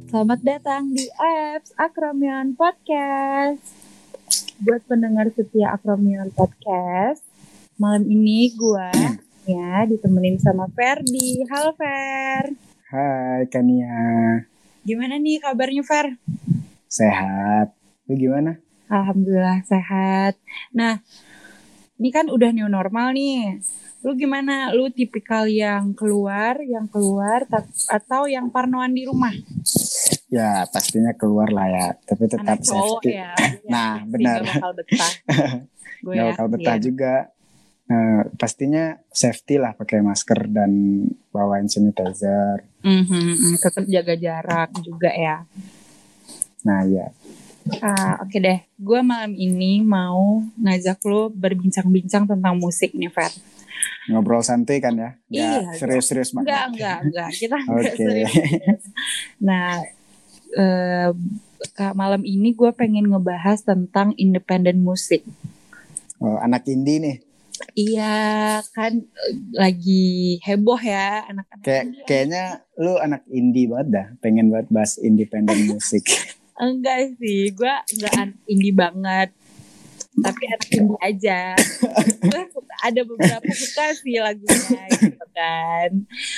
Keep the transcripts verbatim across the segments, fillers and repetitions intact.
Selamat datang di Apps Akromion Podcast. Buat pendengar setia Akromion Podcast, malam ini gue ya ditemenin sama Ferdi. Halo Fer. Hai Kania. Gimana nih kabarnya Fer? Sehat. Lu gimana? Alhamdulillah sehat. Nah, ini kan udah new normal nih. Lu gimana? Lu tipikal yang keluar, yang keluar atau yang parnoan di rumah? Ya pastinya keluar lah ya, tapi tetap Anak cowok safety. ya. Nah ya, benar. Gak bakal betah. Gue Gak bakal betah juga. Nah, pastinya safety lah, pakai masker dan bawa hand sanitizer. Mm-hmm, tetap jaga jarak juga ya. Nah ya. Ah, Oke okay deh, gue malam ini mau ngajak lo berbincang-bincang tentang musik nih Fer. Ngobrol santai kan ya? Iya. Serius-serius banget. Enggak, enggak, enggak. Kita Oke. enggak serius. Nah, eh, malam ini gue pengen ngebahas tentang independent musik. Oh, anak indie nih. Iya, kan lagi heboh ya anak-anak. Kayak indie. Kayaknya lu anak indie banget dah, pengen banget bahas independent musik. Enggak sih, gue enggak anak indie banget. Tapi anak indie aja. Gue ada beberapa suka sih lagunya gitu kan.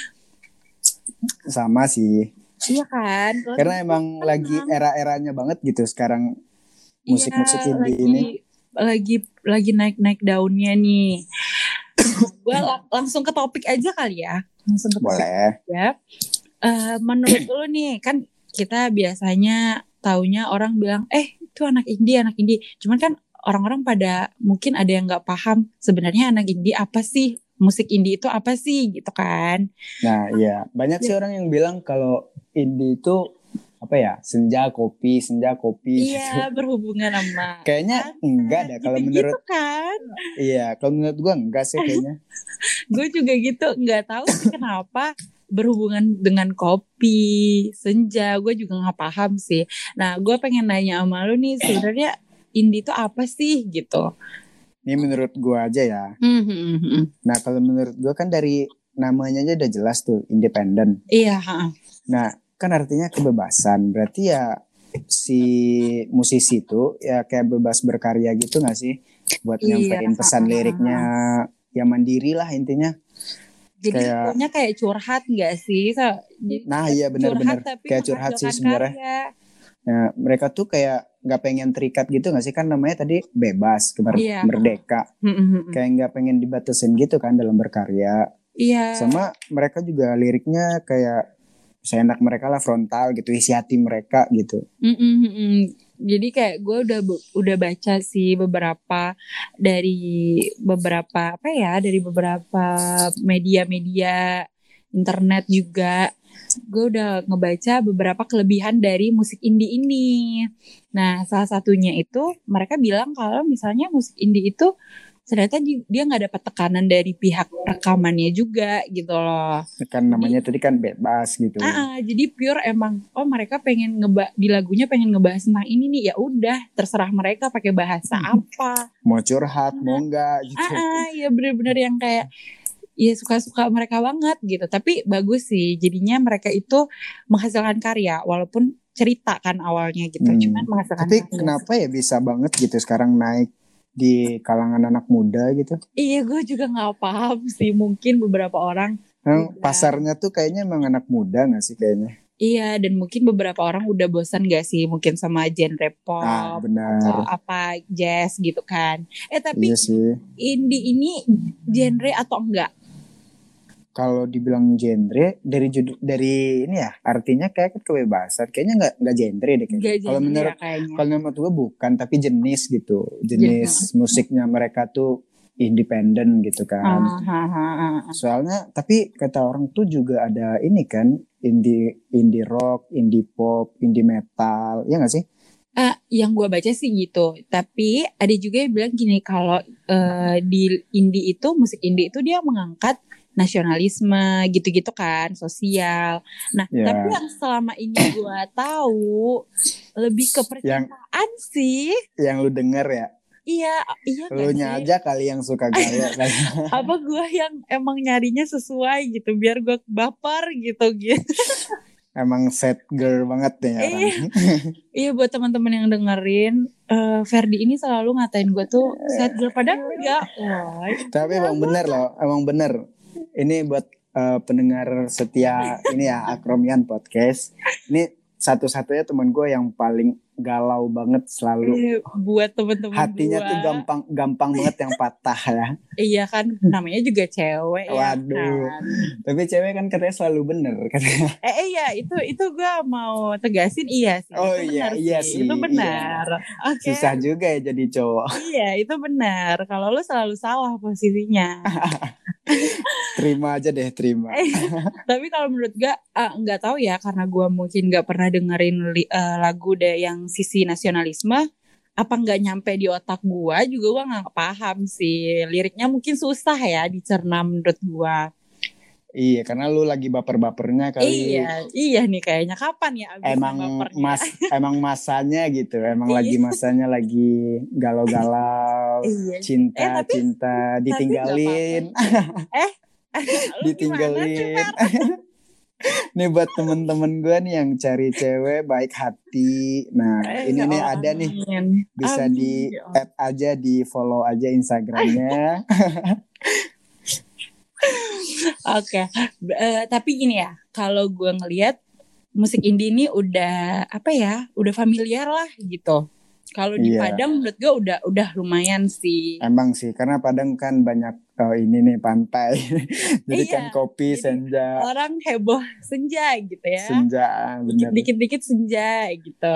Sama sih. Iya kan. Karena emang kan lagi era-eranya banget gitu sekarang musik-musik iya, indie lagi, ini. Lagi lagi naik-naik daunnya nih. Gue lang- langsung ke topik aja kali ya. Langsung ke topik. Boleh. Ya. Uh, menurut lu nih, kan kita biasanya taunya orang bilang, eh itu anak indie, anak indie. Cuman kan orang-orang pada mungkin ada yang nggak paham sebenarnya anak indie apa sih, musik indie itu apa sih gitu kan. Nah iya, banyak sih orang yang bilang kalau indie itu apa ya, senja kopi, senja kopi. Iya, gitu. Berhubungan sama kayaknya kan, enggak dah kalau gitu, menurut kan. Iya, kalau menurut gue enggak sih kayaknya. Gue juga gitu, nggak tahu sih kenapa berhubungan dengan kopi, senja, gue juga nggak paham sih. Nah, gue pengen nanya sama lu nih, sebenarnya indie itu apa sih gitu? Ini menurut gue aja ya. Mm-hmm. Nah, kalau menurut gue kan dari namanya aja udah jelas tuh, independen. Iya. Nah, kan artinya kebebasan. Berarti ya si musisi itu ya kayak bebas berkarya gitu nggak sih? Buat iya. nyampein pesan liriknya, ya mandiri lah intinya. Jadi kayak, punya kayak curhat gak sih? So, nah iya benar-benar kayak curhat sih sebenarnya. Nah, mereka tuh kayak nggak pengen terikat gitu nggak sih, kan namanya tadi bebas, kemer- iya. merdeka. Mm-hmm. Kayak nggak pengen dibatasin gitu kan dalam berkarya. Iya. Sama mereka juga liriknya kayak seenak mereka lah, frontal gitu, isi hati mereka gitu. Mm-hmm. Jadi kayak gue udah udah baca sih beberapa dari beberapa apa ya dari beberapa media-media internet juga. Gue udah ngebaca beberapa kelebihan dari musik indie ini. Nah, salah satunya itu mereka bilang kalau misalnya musik indie itu ternyata dia nggak dapat tekanan dari pihak rekamannya juga gitu loh. Kan namanya jadi, tadi kan bebas gitu. Ah, jadi pure emang oh mereka pengen ngeba di lagunya pengen ngebahas tentang ini nih, ya udah terserah mereka pakai bahasa apa. Mau curhat nah, mau enggak gitu. Ah, ya benar-benar yang kayak ya suka-suka mereka banget gitu. Tapi bagus sih jadinya mereka itu menghasilkan karya walaupun cerita kan awalnya gitu. Hmm. Cuman menghasilkan Tapi karya. Kenapa ya bisa banget gitu sekarang naik di kalangan anak muda gitu? Iya, gue juga nggak paham sih. Mungkin beberapa orang. Nah, pasarnya tuh kayaknya emang anak muda nggak sih kayaknya? Iya, dan mungkin beberapa orang udah bosan gak sih mungkin sama genre pop ah, benar. atau apa jazz gitu kan? Eh tapi iya sih. Indie ini genre atau enggak? Kalau dibilang genre dari judul dari ini ya artinya kayak kebebasan, kayaknya nggak nggak genre deh kayaknya. Kalau menurut ya, kalau menurut gue bukan, tapi jenis gitu, jenis yeah. musiknya mereka tuh independen gitu kan. Ah, ah, ah, ah. Soalnya tapi kata orang tuh juga ada ini kan indie indie rock, indie pop, indie metal, ya nggak sih? Uh, yang gue baca sih gitu. Tapi ada juga yang bilang gini kalau uh, di indie itu musik indie itu dia mengangkat nasionalisme gitu-gitu kan, sosial. Nah, yeah. tapi yang selama ini gue tahu lebih ke percintaan yang, sih. Yang lu denger ya? Iya, iya. Lu nya aja kali yang suka gaya. Apa gue yang emang nyarinya sesuai gitu, biar gue baper gitu gitu. emang sad girl banget nih orang. Iya, iya buat teman-teman yang dengerin, uh, Ferdi ini selalu ngatain gue tuh sad girl, padahal enggak. Oh, tapi emang bener loh, emang bener. Ini buat uh, pendengar setia ini ya Akromian Podcast. Ini satu-satunya teman gue yang paling galau banget selalu. Iya, buat teman-teman hatinya gua. Tuh gampang gampang banget yang patah ya. Iya kan, namanya juga cewek. Waduh. Ya kan? Tapi cewek kan katanya selalu bener katanya. Eh iya, itu itu gue mau tegasin iya sih. Oh itu iya iya sih. Itu benar. Iya. Okay. Susah juga ya jadi cowok. Iya, itu benar. Kalau lu selalu salah posisinya. Terima aja deh, terima. Tapi kalau menurut gue uh, nggak tahu ya, karena gue mungkin nggak pernah dengerin li, uh, lagu deh yang sisi nasionalisme, apa nggak nyampe di otak gue juga, gue nggak paham sih liriknya, mungkin susah ya dicerna menurut gue. Iya, karena lu lagi baper-bapernya kali. Iya, iya nih kayaknya kapan ya abis emang bapernya. mas emang masanya gitu, emang lagi masanya lagi galau-galau, iya. cinta eh, tapi, cinta ditinggalin, eh ditinggalin. Nih buat temen-temen gue nih yang cari cewek baik hati. Nah eh, ini nih ada nih, bisa amin. Di add aja, di follow aja Instagramnya. Oke, okay. uh, tapi gini ya, kalau gue ngelihat musik indie ini udah apa ya, udah familiar lah gitu. Kalau di yeah. Padang menurut gue udah udah lumayan sih. Emang sih, karena Padang kan banyak uh, ini nih pantai, jadi iya, kan kopi, senja. Orang heboh senja gitu ya. Senja, benar. Dikit-dikit senja gitu.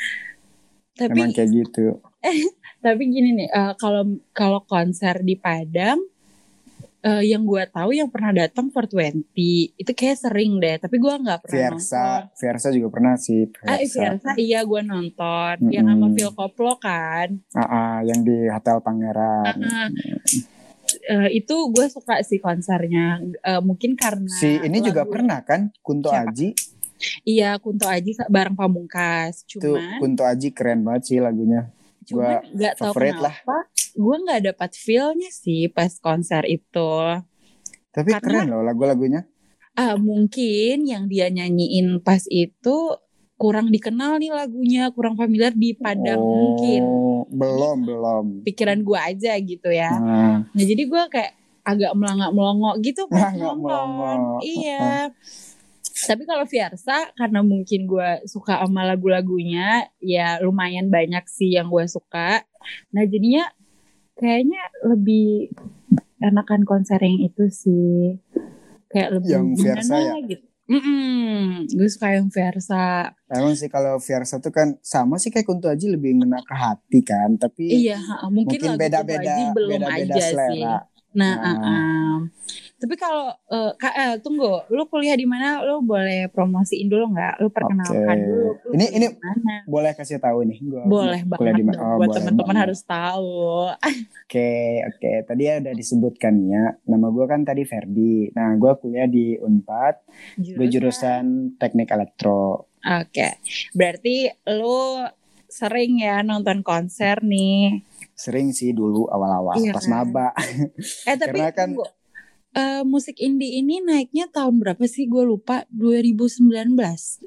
Tapi, emang kayak gitu. Eh, tapi gini nih, uh, kalau kalau konser di Padang. Uh, yang gue tahu yang pernah datang four twenty itu kayak sering deh, tapi gue nggak pernah Fiersa, nonton. Fiersa juga pernah sih. Fiersa. Ah, Fiersa iya gue nonton, mm-hmm. yang sama Phil Koplo kan. Uh-uh, yang di Hotel Pangeran. Uh-uh. Uh, itu gue suka sih konsernya, uh, mungkin karena si ini juga pernah kan Kunto Siapa? Aji. Iya, Kunto Aji bareng Pamungkas. Cuman tuh, Kunto Aji keren banget sih lagunya. Cuman nggak tahu kenapa gue nggak dapat feel-nya sih pas konser itu. Tapi karena, keren loh lagu-lagunya. Ah mungkin yang dia nyanyiin pas itu kurang dikenal nih lagunya, kurang familiar di Padang oh, mungkin. Belum jadi, belum. Pikiran gue aja gitu ya. Nah, nah jadi gue kayak agak melangak-melongok gitu pas nonton. Iya. Tapi kalau Fiersa, karena mungkin gue suka sama lagu-lagunya, ya lumayan banyak sih yang gue suka. Nah jadinya kayaknya lebih enakan konser yang itu sih. Kayak lebih yang Fiersa ya? Gitu. Mm-mm, gue suka yang Fiersa. Emang sih kalau Fiersa tuh kan sama sih kayak Kunto Aji, lebih ngena ke hati kan. Tapi iya, mungkin, mungkin beda-beda, belum beda-beda aja selera. Sih. Nah, nah. Uh, uh. tapi kalau uh, Kak, uh, tunggu, lu kuliah di mana? Lu boleh promosiin dulu nggak? Lu perkenalkan okay. dulu. Lu ini ini dimana? Boleh kasih tahu nih? Gua boleh banget. Oh, buat teman-teman harus tahu. Oke, okay, oke. Okay. Tadi ya udah disebutkan ya. Nama gue kan tadi Ferdi. Nah, gue kuliah di Unpad. Gue jurusan Teknik Elektro. Oke, okay. Berarti lu sering ya nonton konser nih? Sering sih dulu awal-awal iya, pas kan? Maba. Eh tapi kan uh, musik indie ini naiknya tahun berapa sih? Gue lupa. dua ribu sembilan belas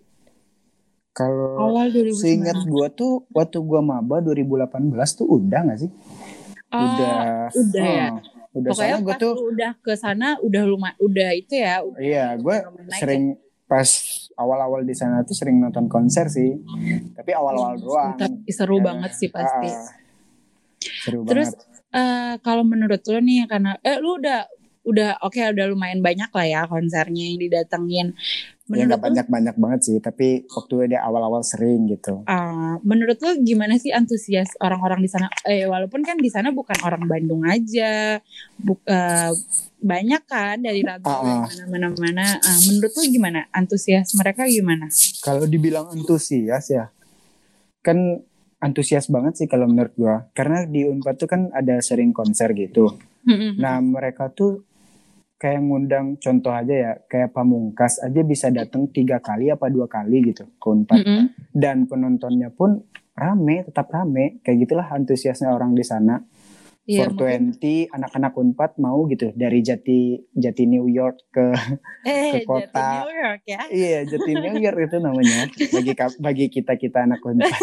Kalau awal dua ribu sembilan belas. Seingat gue tuh waktu gue maba dua ribu delapan belas tuh udah nggak sih? Oh, udah. Udah oh, ya. Udah. Pokoknya gue tuh udah ke sana udah lumayan. Udah itu ya. Udah, iya, gue sering ya. Pas awal-awal di sana tuh sering nonton konser sih. Tapi awal-awal doang. Tapi seru ya, banget sih pasti. Uh, Seru Terus uh, kalau menurut lo nih, karena eh lu udah udah oke okay, udah lumayan banyak lah ya konsernya yang didatengin. Menurut ya nggak banyak-banyak banget sih, tapi waktu dia awal-awal sering gitu. Uh, menurut lo gimana sih antusias orang-orang di sana? Eh walaupun kan di sana bukan orang Bandung aja, bu, uh, banyak kan dari rantau uh, mana-mana. Uh, menurut lo gimana antusias mereka gimana? Kalau dibilang antusias ya, kan antusias banget sih kalau menurut gua, karena di Unpad tuh kan ada sering konser gitu. Mm-hmm. Nah mereka tuh kayak ngundang, contoh aja ya, kayak Pamungkas aja bisa datang tiga kali apa dua kali gitu ke Unpad. Mm-hmm. Dan penontonnya pun rame, tetap rame, kayak gitulah antusiasnya orang di sana. yeah, four twenty mungkin... anak-anak Unpad mau gitu dari Jati Jati New York ke eh, ke kota Jati New York ya. Iya, Jati New York itu namanya bagi bagi kita-kita anak Unpad.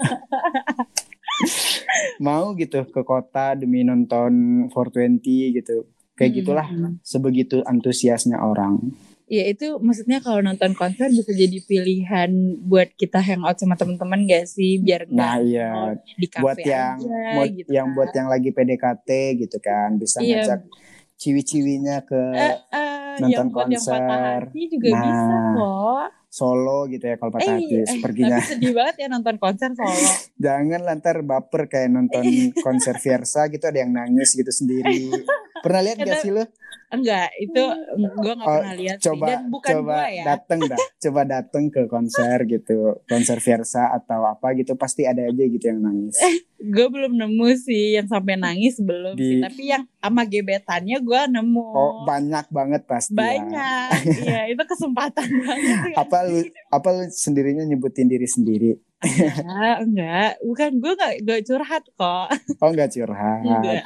Mau gitu ke kota demi nonton four twenty gitu. Kayak hmm. gitulah, sebegitu antusiasnya orang. Ya itu maksudnya kalau nonton konser bisa jadi pilihan buat kita hangout sama teman-teman gak sih, biar nah iya di kafe buat yang aja, mod, gitu yang kan. Buat yang lagi P D K T gitu kan, bisa iya. ngajak ciwi-ciwinya ke uh, uh, nonton yang buat konser. Yang patah hati juga nah, bisa kok. Solo gitu ya kalau patah eh, hati eh, sepertinya. Tapi sedih banget ya nonton konser solo. Jangan lantar baper kayak nonton konser Fiersa gitu, ada yang nangis gitu sendiri. Pernah lihat gak sih lo? Enggak, itu gue gak oh, pernah lihat coba, sih. Dan bukan coba gue ya. dateng dah, coba dateng ke konser gitu, konser Fiersa atau apa gitu, pasti ada aja gitu yang nangis. Gue belum nemu sih yang sampai nangis belum Di... sih, tapi yang sama gebetannya gue nemu. Oh banyak banget pasti. Banyak, iya itu kesempatan banget. Apa lu, apa lu sendirinya nyebutin diri sendiri? Enggak, enggak, bukan gue nggak nggak curhat kok. Oh nggak curhat. Enggak.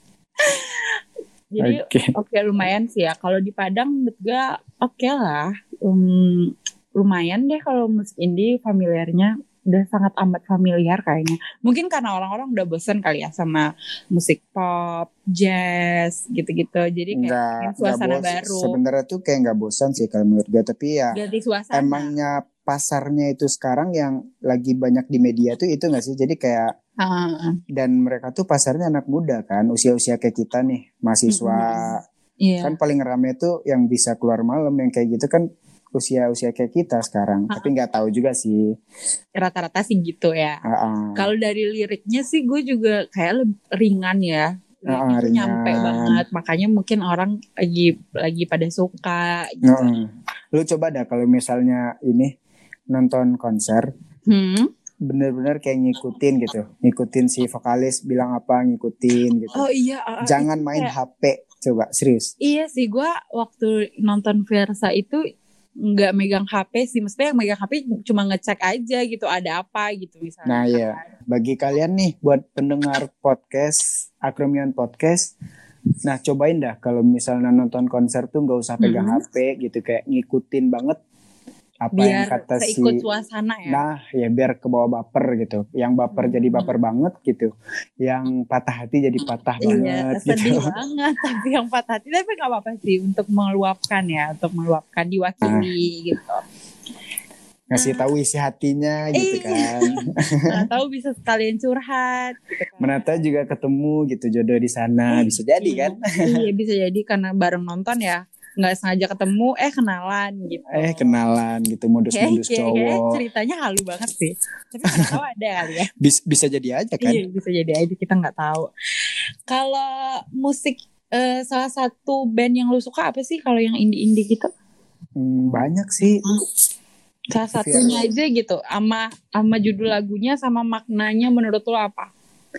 Jadi oke okay. okay, lumayan sih ya. Kalau di Padang menurut gue oke okay lah. Um, lumayan deh kalau musik indie familiarnya udah sangat amat familiar kayaknya. Mungkin karena orang-orang udah bosan kali ya sama musik pop, jazz gitu-gitu. Jadi kayak nggak, suasana nggak baru. Sebenarnya tuh kayak nggak bosan sih kalau menurut gue, tapi ya ganti suasana. Emangnya pasarnya itu sekarang yang lagi banyak di media tuh itu nggak sih? Jadi kayak uh. dan mereka tuh pasarnya anak muda kan, usia-usia kayak kita nih, mahasiswa. Mm-hmm. Yeah. Kan paling rame tuh yang bisa keluar malam yang kayak gitu kan usia-usia kayak kita sekarang. Uh. Tapi nggak tahu juga sih. Rata-rata sih gitu ya. Uh-uh. Kalau dari liriknya sih gue juga kayak ringan ya. Uh, itu ringan. Nyampe banget, makanya mungkin orang lagi lagi pada suka gitu. Uh-uh. Lu coba dah kalau misalnya ini nonton konser, hmm? bener-bener kayak ngikutin gitu, ngikutin si vokalis bilang apa, ngikutin gitu. Oh iya. Uh, Jangan main kayak... H P, coba serius. Iya sih, gue waktu nonton Fiersa itu nggak megang H P sih, maksudnya yang megang H P cuma ngecek aja gitu, ada apa gitu misalnya. Nah iya, bagi kalian nih buat pendengar podcast, Akromion Podcast, nah cobain dah kalau misalnya nonton konser tuh nggak usah pegang hmm. H P gitu, kayak ngikutin banget apa biar yang kata si suasana ya. Nah ya biar kebawa baper gitu, yang baper hmm. jadi baper banget gitu, yang patah hati jadi patah iya, banget sedih gitu. banget tapi yang patah hati, tapi nggak apa-apa sih untuk meluapkan ya, untuk meluapkan, diwakili nah. gitu, ngasih tahu isi hatinya gitu kan. Nah, tahu bisa sekalian curhat gitu kan. Mana tahu juga ketemu gitu jodoh di sana, bisa jadi kan. Iya bisa jadi karena bareng nonton ya, nggak sengaja ketemu eh kenalan gitu. Eh kenalan gitu, modus-modus hey, cowok. Hey, ceritanya halu banget sih. Tapi nggak tahu ada kali ya. Bis, bisa jadi aja kan. Iya bisa jadi aja, kita nggak tahu. Kalau musik uh, salah satu band yang lu suka apa sih kalau yang indie-indie gitu? Hmm, banyak sih. Hmm. Salah satunya aja gitu, sama sama judul lagunya sama maknanya menurut lu apa?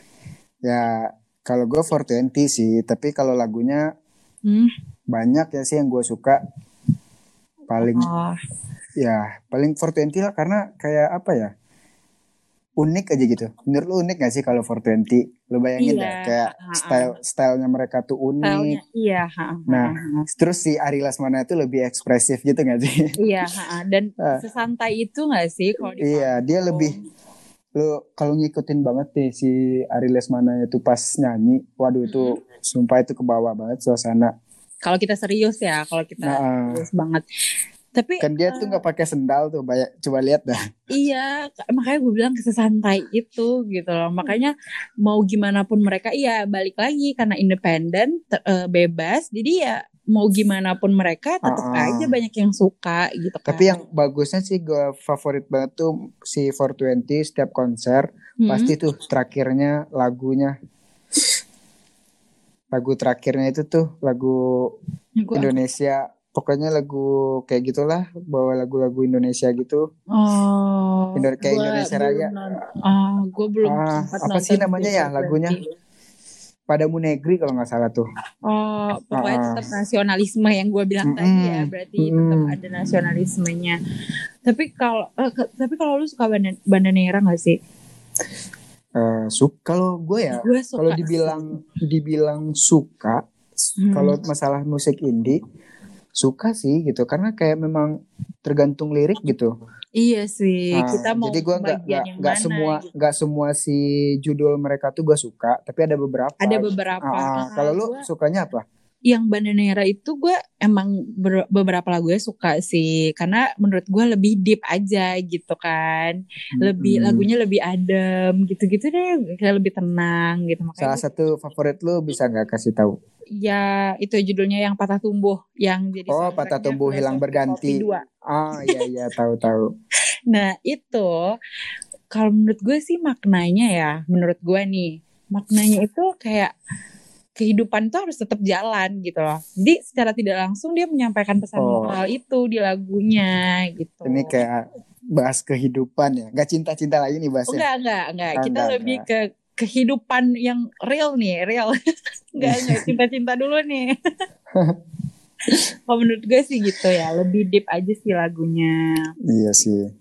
Ya kalau gue four twenty sih, tapi kalau lagunya hmm? banyak ya sih yang gue suka. Paling oh. ya paling four twenty lah, karena kayak apa ya, unik aja gitu. Menurut lu unik gak sih kalau four twenty? Lu bayangin iya, deh kayak ha, style stylenya mereka tuh unik. Stylenya, iya. Ha, nah ha, ha. terus si Ari Lesmana itu lebih ekspresif gitu gak sih? Iya ha, dan sesantai itu gak sih kalau di iya dia lebih, lu kalau ngikutin banget nih si Ari Lesmana itu pas nyanyi, waduh itu hmm. sumpah itu kebawa banget suasana. Kalau kita serius ya, kalau kita nah, serius banget. Tapi kan dia uh, tuh nggak pakai sendal tuh, banyak, coba lihat dah. Iya, makanya gue bilang sesantai itu gitu loh. Makanya mau gimana pun mereka, iya balik lagi karena independen, uh, bebas. Jadi ya mau gimana pun mereka tetap uh, aja banyak yang suka gitu kan. Tapi yang bagusnya sih gue favorit banget tuh si four twenty, setiap konser hmm. pasti tuh terakhirnya lagunya. Lagu terakhirnya itu tuh lagu gua Indonesia apa? Pokoknya lagu kayak gitulah, bawa lagu-lagu Indonesia gitu. Oh, Indo- kayak Indonesia Raya. Ah, gue belum ah, apa sih namanya ya lagunya? Padamu Negeri kalau nggak salah tuh. Oh, pokoknya ah. tetap nasionalisme yang gue bilang mm-hmm. tadi ya, berarti mm-hmm. tetap ada nasionalismenya. Tapi kalau uh, ke, tapi kalau lu suka Banda, Bandanera nggak sih? Uh, su- kalau gue ya, kalau dibilang sih. dibilang suka, hmm. kalau masalah musik indie suka sih gitu, karena kayak memang tergantung lirik gitu. Iya sih, nah, kita mau jadi gue nggak nggak nggak semua nggak gitu. semua si judul mereka tuh gue suka, tapi ada beberapa. Ada beberapa. Ah, ah, kalau lu gua... sukanya apa? Yang Bandanera itu gue emang ber- beberapa lagunya suka sih, karena menurut gue lebih deep aja gitu kan, lebih hmm. lagunya lebih adem gitu-gitu deh, kayak lebih tenang gitu. Makanya salah satu favorit lu bisa nggak kasih tahu? Ya itu judulnya yang Patah Tumbuh, yang jadi oh Patah Tumbuh Hilang Berganti. Oh iya iya tahu-tahu. Nah itu kalau menurut gue sih maknanya ya, menurut gue nih maknanya itu kayak kehidupan tuh harus tetap jalan gitu loh. Jadi secara tidak langsung dia menyampaikan pesan oh. moral itu di lagunya gitu. Ini kayak bahas kehidupan ya, nggak cinta-cinta lagi nih bahasnya. Oh, enggak enggak enggak. Oh, Kita enggak, lebih enggak. ke kehidupan yang real nih, real. Enggak enggak cinta-cinta dulu nih. Kalau menurut gue sih gitu ya, lebih deep aja sih lagunya. Iya sih.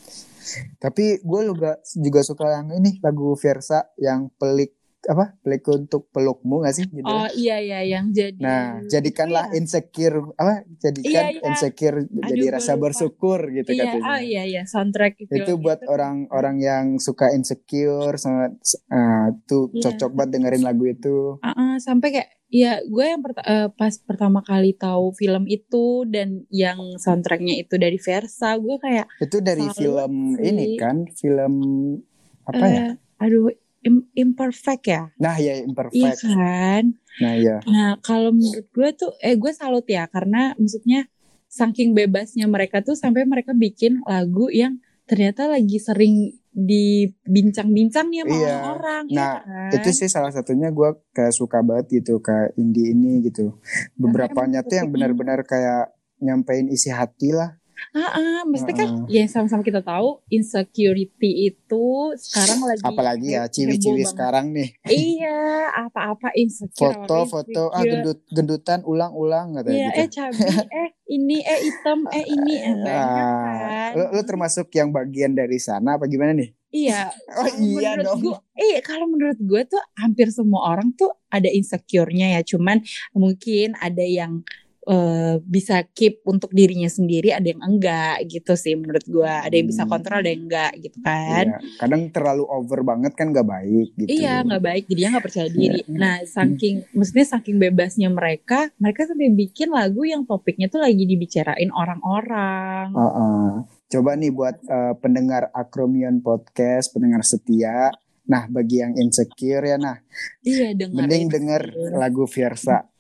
Tapi gue juga juga suka yang ini lagu Versa yang Pelik apa pelik untuk pelukmu nggak sih judulnya? Oh iya iya yang jadi nah jadikanlah iya. insecure apa jadikan iya, iya. insecure Aduh, jadi rasa lupa. bersyukur gitu iya, katanya. Oh iya iya soundtrack itu. Itu buat orang-orang yang suka insecure sangat uh, tuh iya. cocok banget dengerin lagu itu. Uh-uh, sampai kayak ya gue yang pert- uh, pas pertama kali tahu film itu dan yang soundtracknya itu dari Versa, gue kayak itu dari film sih. Ini kan film apa uh, ya? Aduh Imperfect ya. Nah ya Imperfect. Iya kan. Nah ya. Nah kalau menurut gue tuh, eh gue salut ya karena maksudnya saking bebasnya mereka tuh sampai mereka bikin lagu yang ternyata lagi sering dibincang-bincang nih sama iya. orang-orang. Nah ya kan? itu sih salah satunya gue kayak suka banget gitu kayak indie ini gitu. Beberapanya tuh yang benar-benar kayak nyampein isi hati lah. Ah, ah, mesti kan ya sama-sama kita tahu insecurity itu sekarang lagi apalagi ya ciwi-ciwi sekarang nih. Iya, apa-apa insecure. Foto-foto ah gendut gendutan ulang-ulang katanya iya, gitu. eh cabi, eh ini, eh hitam, eh ini, eh banyak kan. Lu, lu termasuk yang bagian dari sana apa gimana nih? Iya. Oh iya dong. Gua, eh kalau menurut gue tuh hampir semua orang tuh ada insecure-nya ya, cuman mungkin ada yang Uh, bisa keep untuk dirinya sendiri, ada yang enggak gitu sih menurut gue. Ada yang bisa kontrol, ada yang enggak gitu kan. Iya, kadang terlalu over banget kan gak baik gitu. Iya gak baik, jadinya gak percaya diri. Iya. Nah saking, maksudnya saking bebasnya mereka, mereka sampai bikin lagu yang topiknya tuh lagi dibicarain orang-orang. Uh-uh. Coba nih buat uh, pendengar Akromion Podcast, pendengar setia. Nah bagi yang insecure ya nah, iya, denger mending denger lagu Versa.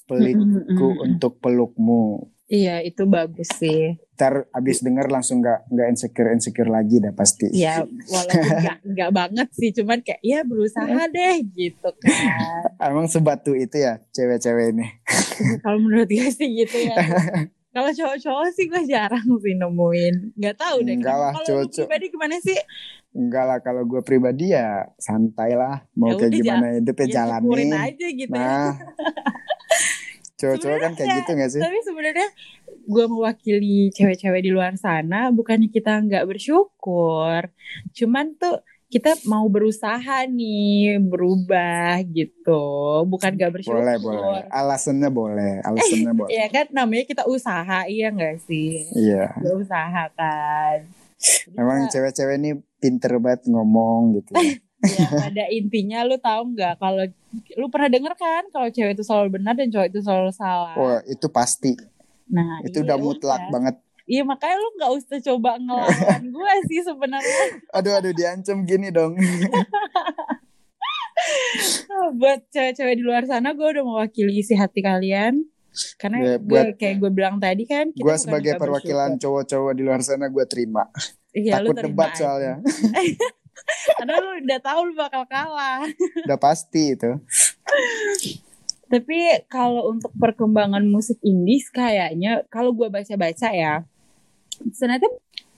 Pelikku untuk pelukmu. Iya itu bagus sih. Ntar abis denger langsung gak, gak insecure insecure lagi dah pasti. Iya walaupun gak, gak banget sih, cuman kayak ya berusaha deh gitu kan. Emang sebatu itu ya cewek-cewek ini. Kalau menurut gue sih gitu ya. Kalau cowok-cowok sih gue jarang sih nemuin. Gak tahu deh. Kalau lu pribadi gimana sih? Enggak lah, kalau gue pribadi ya santai lah. Mau ya kayak gimana hidupnya ya jalanin. Aja gitu nah, cowok-cowok kan kayak gitu gak sih? Tapi sebenarnya gue mewakili cewek-cewek di luar sana, bukannya kita nggak bersyukur, cuman tuh kita mau berusaha nih berubah gitu, bukan gak bersyukur. Boleh boleh, alasannya boleh, alasannya boleh. Iya kan namanya kita usaha, iya nggak sih? Iya. Berusaha kan. Emang kita... cewek-cewek ini pinter banget ngomong gitu. Ya pada intinya lu tahu nggak kalau lu pernah denger kan kalau cewek itu selalu benar dan cowok itu selalu salah. Oh itu pasti. Nah itu iya, udah mutlak udah. banget. Iya makanya lu nggak usah coba ngelawan gue sih sebenarnya. Aduh aduh diancam gini dong. Buat cewek-cewek di luar sana gue udah mewakili isi hati kalian. Karena ya, gue kayak gue bilang tadi kan. Gue sebagai perwakilan cowok-cowok di luar sana gue terima. Iya, takut lu debat soalnya. Karena lu udah tahu lu bakal kalah. Udah pasti itu. Tapi kalau untuk perkembangan musik indie kayaknya kalau gue baca-baca ya, ternyata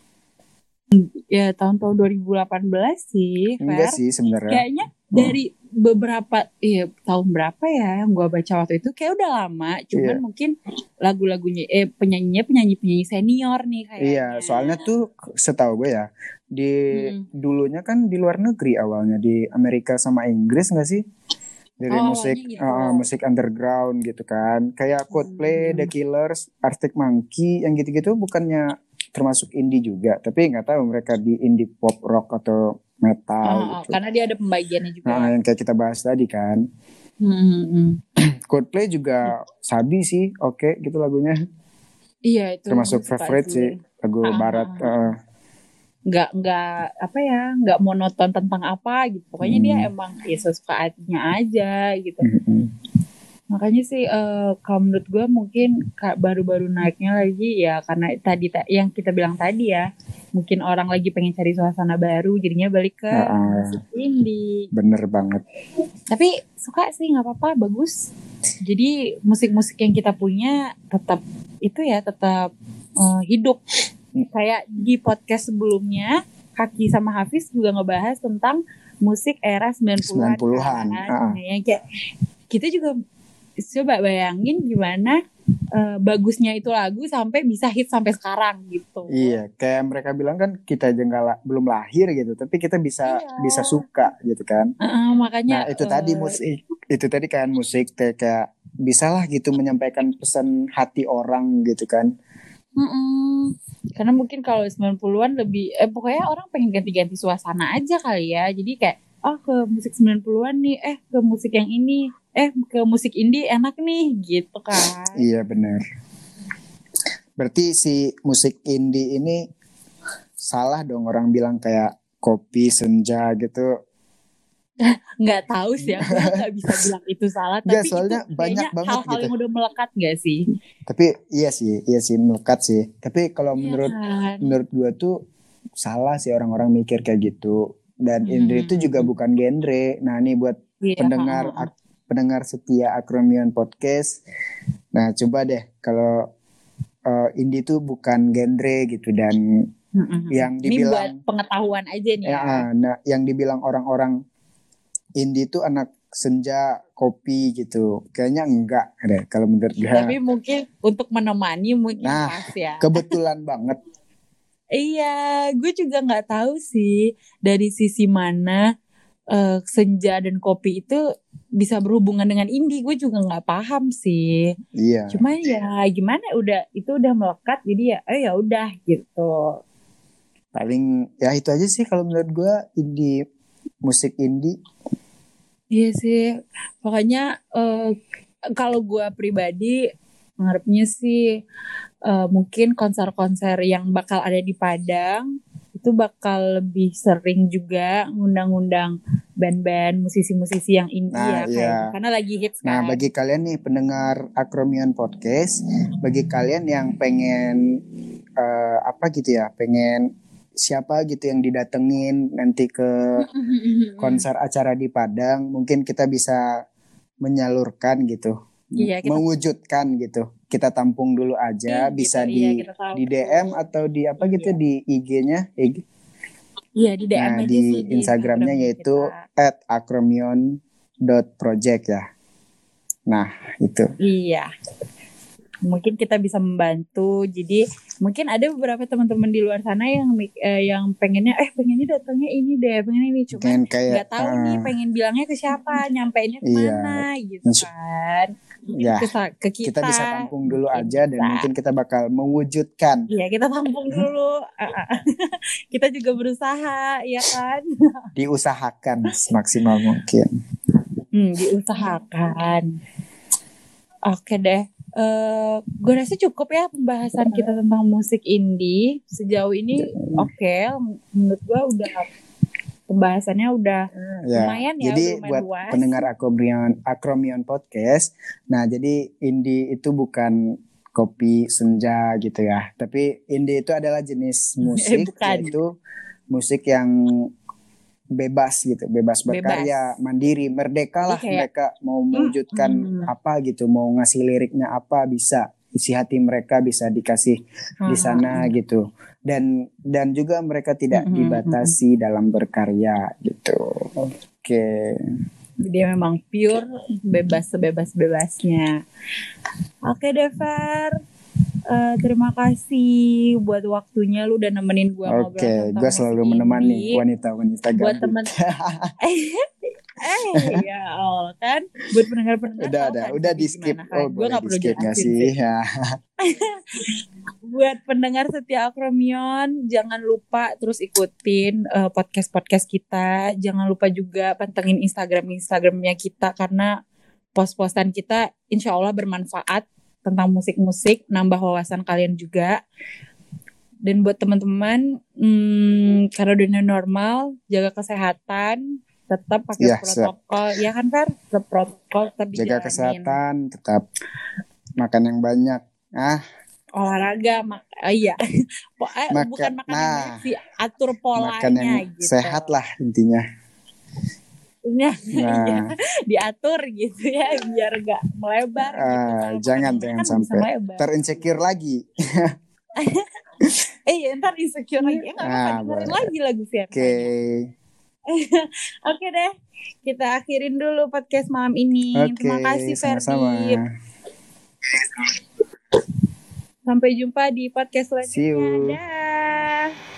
ya tahun-tahun dua ribu delapan belas sih. Enggak Fer, sih sebenarnya. Kayaknya dari beberapa iya tahun berapa ya gue baca waktu itu kayak udah lama, cuman yeah. mungkin lagu-lagunya eh penyanyinya penyanyi-penyanyi senior nih kayaknya. Iya, soalnya tuh setahu gue ya di hmm. dulunya kan di luar negeri awalnya, di Amerika sama Inggris nggak sih? Dari oh, musik gitu. uh, musik underground gitu kan, kayak Coldplay, hmm. The Killers, Arctic Monkey yang gitu-gitu bukannya termasuk indie juga, tapi nggak tahu mereka di indie pop rock atau metal oh, gitu. Karena dia ada pembagiannya juga. Nah, yang kayak kita bahas tadi kan. Hmm. Coldplay juga sabi sih, oke okay, gitu lagunya. Iya itu. Termasuk favorite sih lagu ah, barat. Uh. Nggak nggak apa ya, nggak monoton tentang apa gitu. Pokoknya hmm. dia emang ya sesuka hatinya aja gitu. Hmm. Makanya sih uh, kalau menurut gue mungkin baru-baru naiknya lagi ya karena tadi yang kita bilang tadi ya, mungkin orang lagi pengen cari suasana baru jadinya balik ke uh, musik indie. Bener banget. Tapi suka sih, nggak apa-apa, bagus. Jadi musik-musik yang kita punya tetap itu ya tetap uh, hidup. Kayak di podcast sebelumnya Kaki sama Hafiz juga ngebahas tentang musik era sembilan puluhan. sembilan puluhan. Kan? Uh-uh. Nah, kayak kita juga coba bayangin gimana uh, bagusnya itu lagu sampai bisa hit sampai sekarang gitu. Iya, kayak mereka bilang kan kita aja nggak belum lahir gitu, tapi kita bisa iya. bisa suka gitu kan. Uh, makanya. Nah itu uh, tadi musik, itu tadi kan musik kayak bisalah gitu menyampaikan pesan hati orang gitu kan. Mm-mm. Karena mungkin kalau sembilan puluhan lebih, eh pokoknya orang pengen ganti-ganti suasana aja kali ya. Jadi kayak oh ke musik sembilan puluhan nih, eh ke musik yang ini. Eh ke musik indie enak nih gitu kan. Iya benar. Berarti si musik indie ini salah dong orang bilang kayak kopi senja gitu. Nggak tahu sih, aku nggak bisa bilang itu salah. Gak, tapi soalnya itu banyak banget hal-hal gitu. Yang udah melekat nggak sih? Tapi iya sih, iya sih melekat sih. Tapi kalau iya menurut kan? menurut gue tuh salah sih orang-orang mikir kayak gitu. Dan hmm. indie itu juga bukan genre. Nah ini buat iya, pendengar ha-ha. pendengar setia Acromion Podcast. Nah coba deh kalau uh, indie itu bukan genre gitu, dan mm-hmm. yang dibilang ini buat pengetahuan aja nih ya. ya nah, yang dibilang orang-orang indie itu anak senja kopi gitu, kayaknya enggak deh kalau menurut gue. Tapi mungkin untuk menemani mungkin nah, pas ya. Kebetulan banget. Iya, gue juga nggak tahu sih dari sisi mana uh, senja dan kopi itu bisa berhubungan dengan indie. Gue juga nggak paham sih. Iya. Cuma ya gimana, udah itu udah melekat, jadi ya, eh ya udah gitu. Paling ya itu aja sih kalau menurut gue indie, musik indie. Iya sih, pokoknya uh, kalau gue pribadi ngarepnya sih uh, mungkin konser-konser yang bakal ada di Padang itu bakal lebih sering juga ngundang-ngundang band-band musisi-musisi yang indie nah, ya, iya. kayak, karena lagi hits kan. Nah bagi kalian nih pendengar Acromion Podcast, bagi kalian yang pengen uh, apa gitu ya, pengen siapa gitu yang didatengin nanti ke konser acara di Padang, mungkin kita bisa menyalurkan gitu, iya, kita, mewujudkan gitu. Kita tampung dulu aja, iya, bisa gitu, di iya, di D M atau di apa iya. gitu di I G-nya. Iya di D M nah, aja di sih, di Instagramnya Instagram yaitu at acromion dot project ya. Nah itu. Iya. Mungkin kita bisa membantu. Jadi mungkin ada beberapa teman-teman di luar sana yang eh, yang pengennya eh pengennya datangnya ini deh, pengen ini, cuma nggak tahu uh, nih pengen bilangnya ke siapa, nyampeinnya kemana iya. gitu kan. Ya, ke, ke kita. Kita bisa tampung dulu mungkin aja bisa. Dan mungkin kita bakal mewujudkan. Iya, kita tampung dulu. Kita juga berusaha, ya kan? Diusahakan semaksimal mungkin. Hmm, diusahakan. Oke deh. Uh, gue rasa cukup ya pembahasan kita tentang musik indie sejauh ini. Oke, okay. Menurut gue udah pembahasannya udah ya, lumayan ya. Jadi lumayan buat luas. Pendengar Acromion, Acromion Podcast, nah jadi indie itu bukan kopi senja gitu ya, tapi indie itu adalah jenis musik yaitu musik yang bebas gitu, bebas berkarya, bebas. Mandiri, merdeka lah. Kayak, mereka mau mewujudkan hmm. apa gitu, mau ngasih liriknya apa bisa, isi hati mereka bisa dikasih hmm. di sana gitu, dan dan juga mereka tidak hmm. dibatasi hmm. dalam berkarya gitu. Oke, Dia memang pure, bebas sebebas-bebasnya. Oke deh Fer, uh, terima kasih buat waktunya, lu udah nemenin gue ngobrol tentang musik. Oke, gue selalu menemani wanita-wanita gabut. Buat temen Eh ya Allah kan, buat pendengar-pendengar udah udah kan, udah di skip kan? Oh gue nggak perlu skip nggak sih ya. Buat pendengar setia Akromion, jangan lupa terus ikutin uh, podcast-podcast kita. Jangan lupa juga pantengin Instagram-Instagramnya kita, karena post-postan kita insya Allah bermanfaat tentang musik-musik, nambah wawasan kalian juga. Dan buat teman-teman, hmm, karena dunia normal, jaga kesehatan, tetap pakai ya, protokol, siap. Ya kan Fer? Tetap protokol, tetap jaga dijalanin. Kesehatan, tetap makan yang banyak. Ah, olahraga, mak uh, iya. Maka, bukan makan nah, yang banyak sih, atur polanya makan yang gitu. Sehat lah intinya. Nah, nah. diatur gitu ya, biar gak melebar. Uh, gitu. Jangan jangan kan sampai terinsecure lagi. Eh, ya, ntar insecure lagi. Eh, gak apa-apa, dengerin lagi lagu Fiat. Oke. Okay. Oke deh, kita akhirin dulu podcast malam ini. Okay, terima kasih sama-sama. Ferdi. Sampai jumpa di podcast selanjutnya. Dah.